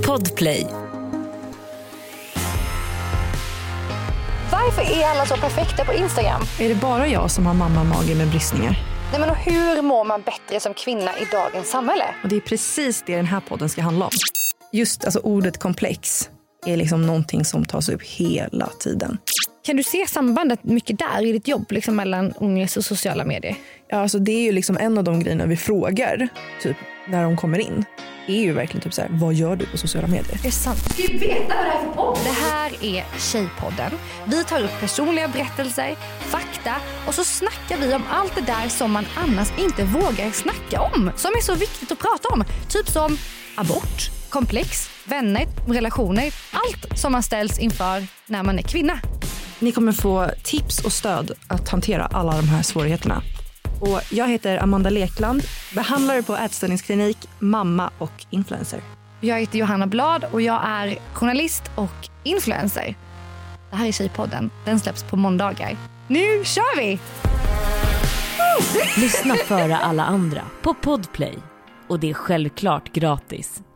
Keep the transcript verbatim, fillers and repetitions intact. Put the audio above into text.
Podplay. Varför är alla så perfekta på Instagram? Är det bara jag som har mamma-mage med bristningar? Nej, men och hur mår man bättre som kvinna i dagens samhälle? Och det är precis det den här podden ska handla om. Just alltså, ordet komplex är liksom någonting som tas upp hela tiden. Kan du se sambandet mycket där i ditt jobb liksom, mellan ångest och sociala medier? Ja, alltså det är ju liksom en av de grejerna vi frågar typ när de kommer in. Det är ju verkligen typ så här, vad gör du på sociala medier? Det är sant. Ska du veta vad det här är för podd? Det här är Tjejpodden. Vi tar upp personliga berättelser, fakta och så snackar vi om allt det där som man annars inte vågar snacka om. Som är så viktigt att prata om. Typ som abort, komplex, vänner, relationer. Allt som man ställs inför när man är kvinna. Ni kommer få tips och stöd att hantera alla de här svårigheterna. Och jag heter Amanda Lekland, behandlare på ätstörningsklinik, mamma och influencer. Jag heter Johanna Blad och jag är journalist och influencer. Det här är Tjejpodden. Den släpps på måndagar. Nu kör vi! Lyssna före alla andra på Podplay. Och det är självklart gratis.